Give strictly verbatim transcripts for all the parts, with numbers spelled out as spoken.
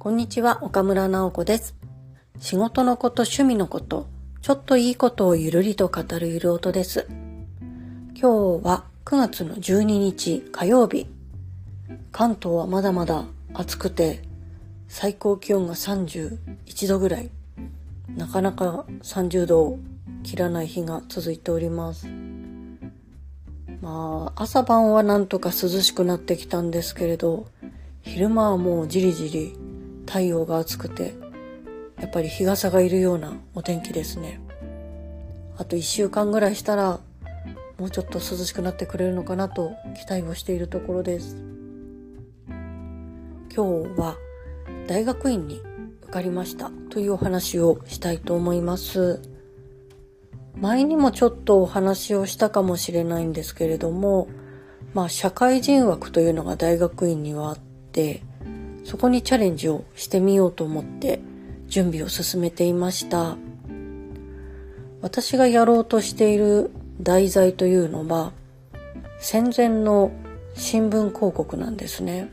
こんにちは、岡村直子です。仕事のこと、趣味のこと、ちょっといいことをゆるりと語るゆる音です。今日はくがつのじゅうににち火曜日。関東はまだまだ暑くて、最高気温がさんじゅういちどぐらい。なかなかさんじゅうどを切らない日が続いております。まあ、朝晩はなんとか涼しくなってきたんですけれど、昼間はもうじりじり太陽が暑くて、やっぱり日傘がいるようなお天気ですね。あといっしゅうかんぐらいしたらもうちょっと涼しくなってくれるのかなと期待をしているところです。今日は大学院に受かりましたというお話をしたいと思います。前にもちょっとお話をしたかもしれないんですけれども、まあ社会人枠というのが大学院にはあって、そこにチャレンジをしてみようと思って準備を進めていました。私がやろうとしている題材というのは戦前の新聞広告なんですね。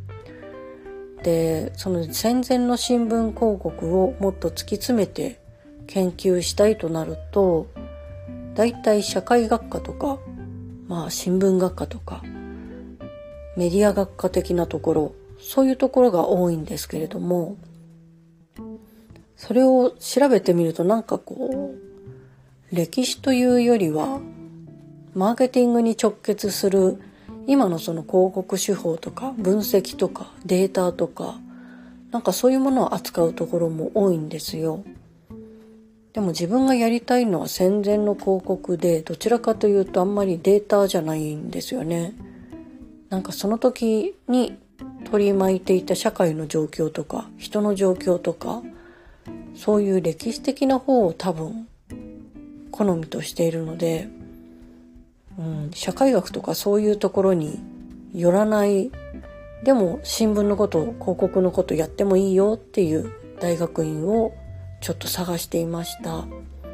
で、その戦前の新聞広告をもっと突き詰めて研究したいとなると、だいたい社会学科とか、まあ新聞学科とかメディア学科的なところ、そういうところが多いんですけれども、それを調べてみるとなんかこう歴史というよりはマーケティングに直結する今のその広告手法とか分析とかデータとか、なんかそういうものを扱うところも多いんですよ。でも自分がやりたいのは戦前の広告で、どちらかというとあんまりデータじゃないんですよね。なんかその時に取り巻いていた社会の状況とか人の状況とか、そういう歴史的な方を多分好みとしているので、うん、社会学とかそういうところによらない、でも新聞のこと広告のことやってもいいよっていう大学院をちょっと探していました。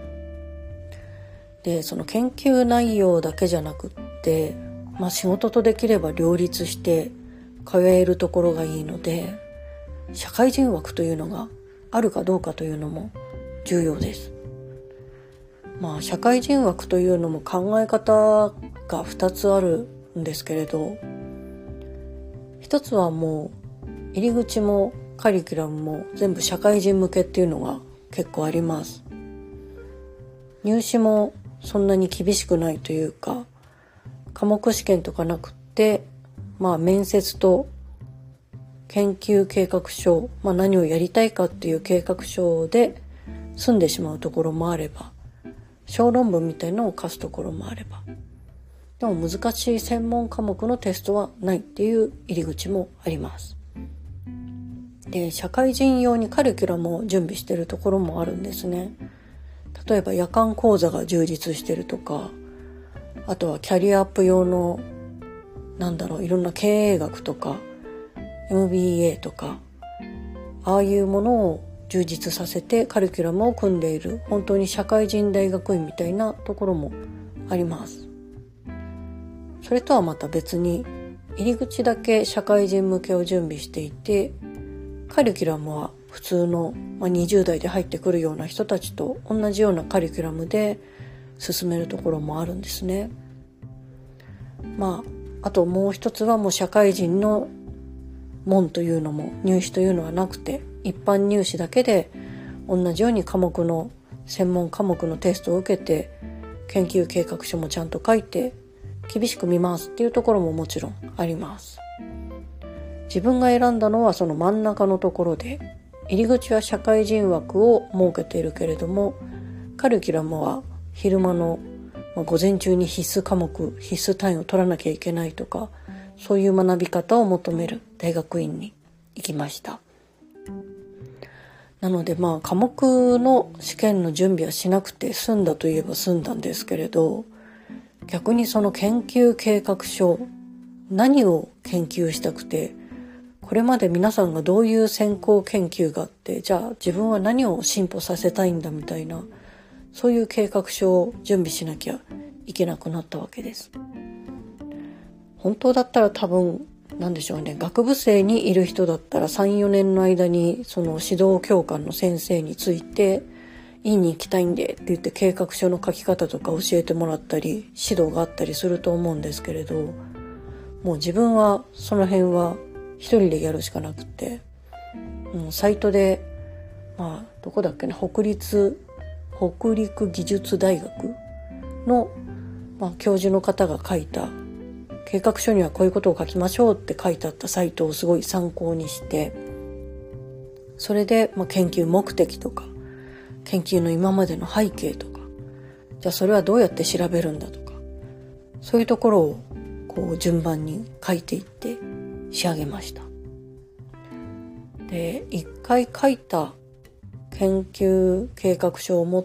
で、その研究内容だけじゃなくって、まあ仕事とできれば両立して通えるところがいいので、社会人枠というのがあるかどうかというのも重要です。まあ社会人枠というのも考え方がふたつあるんですけれど、一つはもう入り口もカリキュラムも全部社会人向けっていうのが結構あります。入試もそんなに厳しくないというか、科目試験とかなくって、まあ面接と研究計画書、まあ何をやりたいかっていう計画書で済んでしまうところもあれば、小論文みたいなのを課すところもあれば、でも難しい専門科目のテストはないっていう入り口もあります。で、社会人用にカリキュラムを準備しているところもあるんですね。例えば夜間講座が充実しているとか、あとはキャリアアップ用のなんだろう、いろんな経営学とか エムビーエー とか、ああいうものを充実させてカリキュラムを組んでいる、本当に社会人大学院みたいなところもあります。それとはまた別に入り口だけ社会人向けを準備していて、カリキュラムは普通の、まあ、にじゅう代で入ってくるような人たちと同じようなカリキュラムで進めるところもあるんですね。まああともう一つはもう社会人の門というのも入試というのはなくて、一般入試だけで同じように科目の専門科目のテストを受けて研究計画書もちゃんと書いて厳しく見ますっていうところももちろんあります。自分が選んだのはその真ん中のところで、入り口は社会人枠を設けているけれども、カリキュラムは昼間の午前中に必須科目、必須単位を取らなきゃいけないとか、そういう学び方を求める大学院に行きました。なのでまあ科目の試験の準備はしなくて済んだといえば済んだんですけれど、逆にその研究計画書、何を研究したくて、これまで皆さんがどういう先行研究があって、じゃあ自分は何を進歩させたいんだみたいな、そういう計画書を準備しなきゃいけなくなったわけです。本当だったら多分なんでしょうね、学部生にいる人だったらさん、よねんの間にその指導教官の先生について院に行きたいんでって言って計画書の書き方とか教えてもらったり指導があったりすると思うんですけれど、もう自分はその辺は一人でやるしかなくて、もうサイトで、まあどこだっけな、北立北陸技術大学の、まあ、教授の方が書いた計画書にはこういうことを書きましょうって書いてあったサイトをすごい参考にして、それで、まあ、研究目的とか研究の今までの背景とか、じゃあそれはどうやって調べるんだとか、そういうところをこう順番に書いていって仕上げました。で、一回書いた研究計画書を持って、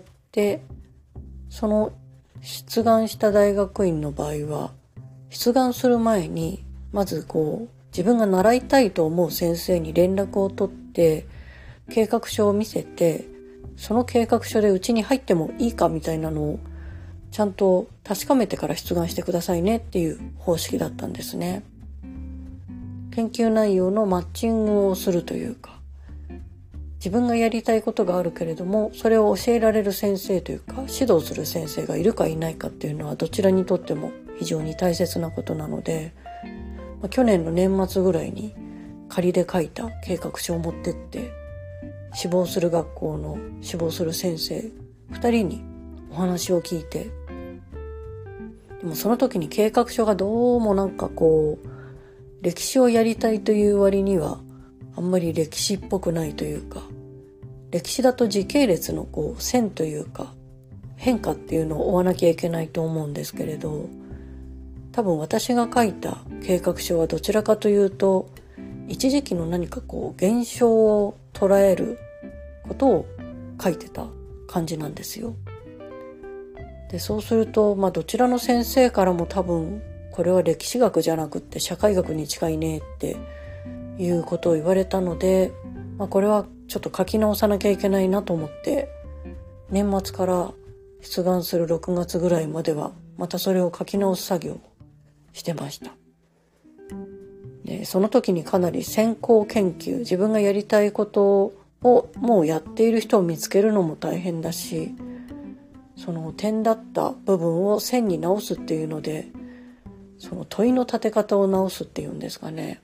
その出願した大学院の場合は、出願する前にまずこう自分が習いたいと思う先生に連絡を取って計画書を見せて、その計画書でうちに入ってもいいかみたいなのをちゃんと確かめてから出願してくださいねっていう方式だったんですね。研究内容のマッチングをするというか、自分がやりたいことがあるけれども、それを教えられる先生というか指導する先生がいるかいないかっていうのはどちらにとっても非常に大切なことなので、まあ、去年の年末ぐらいに仮で書いた計画書を持ってって志望する学校の志望する先生ふたりにお話を聞いて、でもその時に計画書がどうもなんかこう歴史をやりたいという割にはあんまり歴史っぽくないというか、歴史だと時系列のこう線というか変化っていうのを追わなきゃいけないと思うんですけれど、多分私が書いた計画書はどちらかというと一時期の何かこう現象を捉えることを書いてた感じなんですよ。で、そうすると、まあどちらの先生からも多分これは歴史学じゃなくって社会学に近いねっていうことを言われたので、まあ、これはちょっと書き直さなきゃいけないなと思って年末から出願するろくがつぐらいまではまたそれを書き直す作業をしてました。で、その時にかなり先行研究、自分がやりたいことをもうやっている人を見つけるのも大変だし、その点だった部分を線に直すっていうので、その問いの立て方を直すっていうんですかね、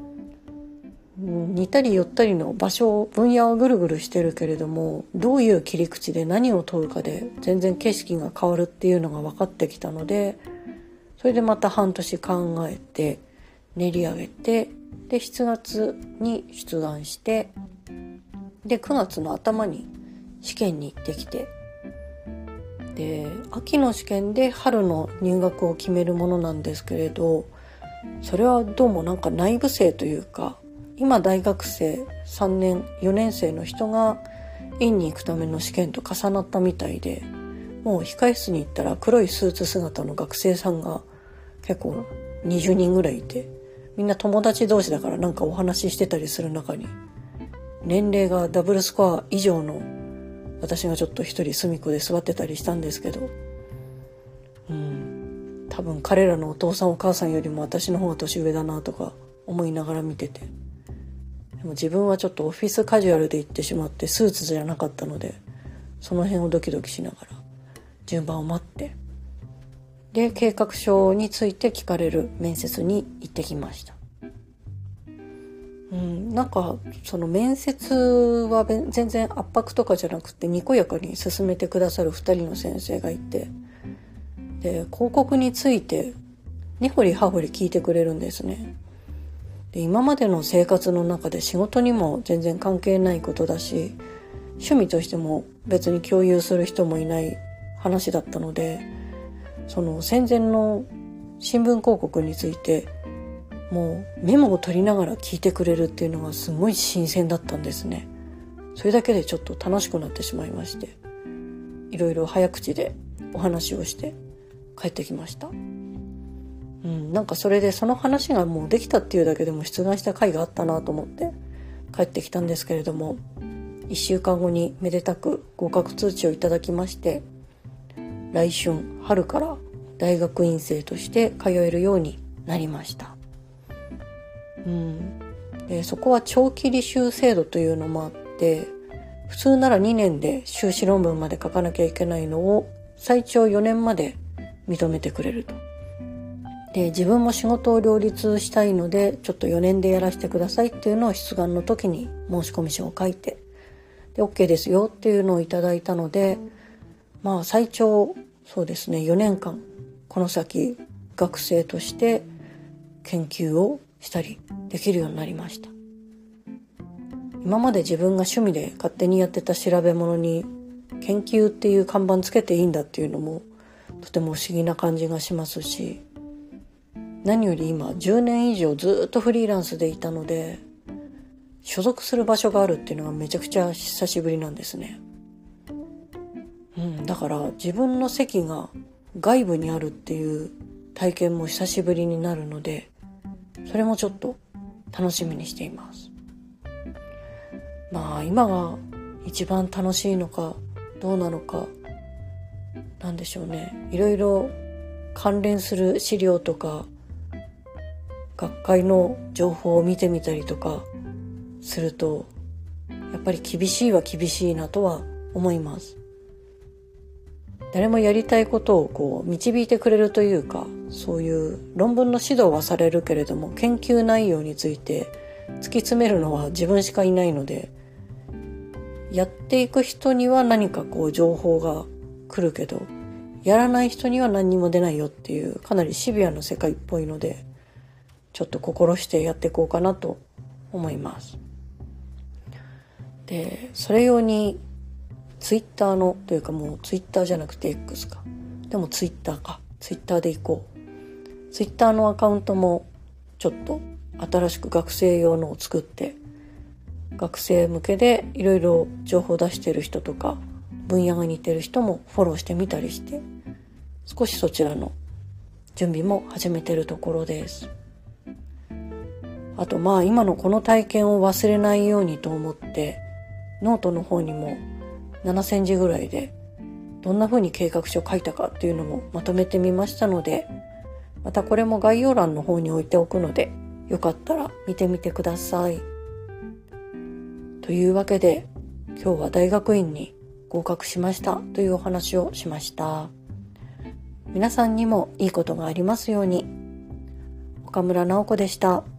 似たり寄ったりの場所分野をぐるぐるしてるけれども、どういう切り口で何を問うかで全然景色が変わるっていうのが分かってきたので、それでまた半年考えて練り上げて、でしちがつに出願して、でくがつの頭に試験に行ってきて、で秋の試験で春の入学を決めるものなんですけれど、それはどうもなんか内部生というか、今大学生さんねんよねん生の人が院に行くための試験と重なったみたいで、もう控室に行ったら黒いスーツ姿の学生さんが結構にじゅうにんぐらいいて、みんな友達同士だからなんかお話ししてたりする中に、年齢がダブルスコア以上の私がちょっと一人隅っこで座ってたりしたんですけど、うん、多分彼らのお父さんお母さんよりも私の方が年上だなとか思いながら見てて、でも自分はちょっとオフィスカジュアルで行ってしまってスーツじゃなかったので、その辺をドキドキしながら順番を待って、で計画書について聞かれる面接に行ってきました。うん、なんかその面接は全然圧迫とかじゃなくてにこやかに進めてくださるふたりの先生がいて、で広告について根掘り葉掘り聞いてくれるんですね。で今までの生活の中で仕事にも全然関係ないことだし、趣味としても別に共有する人もいない話だったので、その戦前の新聞広告についてもうメモを取りながら聞いてくれるっていうのがすごい新鮮だったんですね。それだけでちょっと楽しくなってしまいまして、いろいろ早口でお話をして帰ってきました。うん、なんかそれでその話がもうできたっていうだけでも出願した甲斐があったなと思って帰ってきたんですけれども、いっしゅうかんごにめでたく合格通知をいただきまして、来春春から大学院生として通えるようになりました。 うん、でそこは長期履修制度というのもあって、普通ならにねんで修士論文まで書かなきゃいけないのを最長よねんまで認めてくれると。で自分も仕事を両立したいのでちょっとよねんでやらせてくださいっていうのを出願の時に申し込み書を書いて、で OK ですよっていうのをいただいたので、まあ最長そうですねよねんかんこの先学生として研究をしたりできるようになりました。今まで自分が趣味で勝手にやってた調べ物に研究っていう看板つけていいんだっていうのもとても不思議な感じがしますし、何より今じゅうねん以上ずっとフリーランスでいたので、所属する場所があるっていうのがめちゃくちゃ久しぶりなんですね。うん、だから自分の席が外部にあるっていう体験も久しぶりになるので、それもちょっと楽しみにしています。まあ今が一番楽しいのかどうなのかなんでしょうね。いろいろ関連する資料とか学会の情報を見てみたりとかすると、やっぱり厳しいは厳しいなとは思います。誰もやりたいことをこう導いてくれるというか、そういう論文の指導はされるけれども、研究内容について突き詰めるのは自分しかいないので、やっていく人には何かこう情報が来るけど、やらない人には何にも出ないよっていうかなりシビアな世界っぽいので、ちょっと心してやっていこうかなと思います。で、それ用にツイッターのというかもうツイッターじゃなくて X か。でもツイッターか。ツイッターで行こう。ツイッターのアカウントもちょっと新しく学生用のを作って、学生向けでいろいろ情報を出している人とか、分野が似てる人もフォローしてみたりして、少しそちらの準備も始めているところです。あとまあ今のこの体験を忘れないようにと思って、ノートの方にもななせんじぐらいでどんな風に計画書を書いたかっていうのもまとめてみましたので、またこれも概要欄の方に置いておくので、よかったら見てみてください。というわけで今日は大学院に合格しましたというお話をしました。皆さんにもいいことがありますように。岡村直子でした。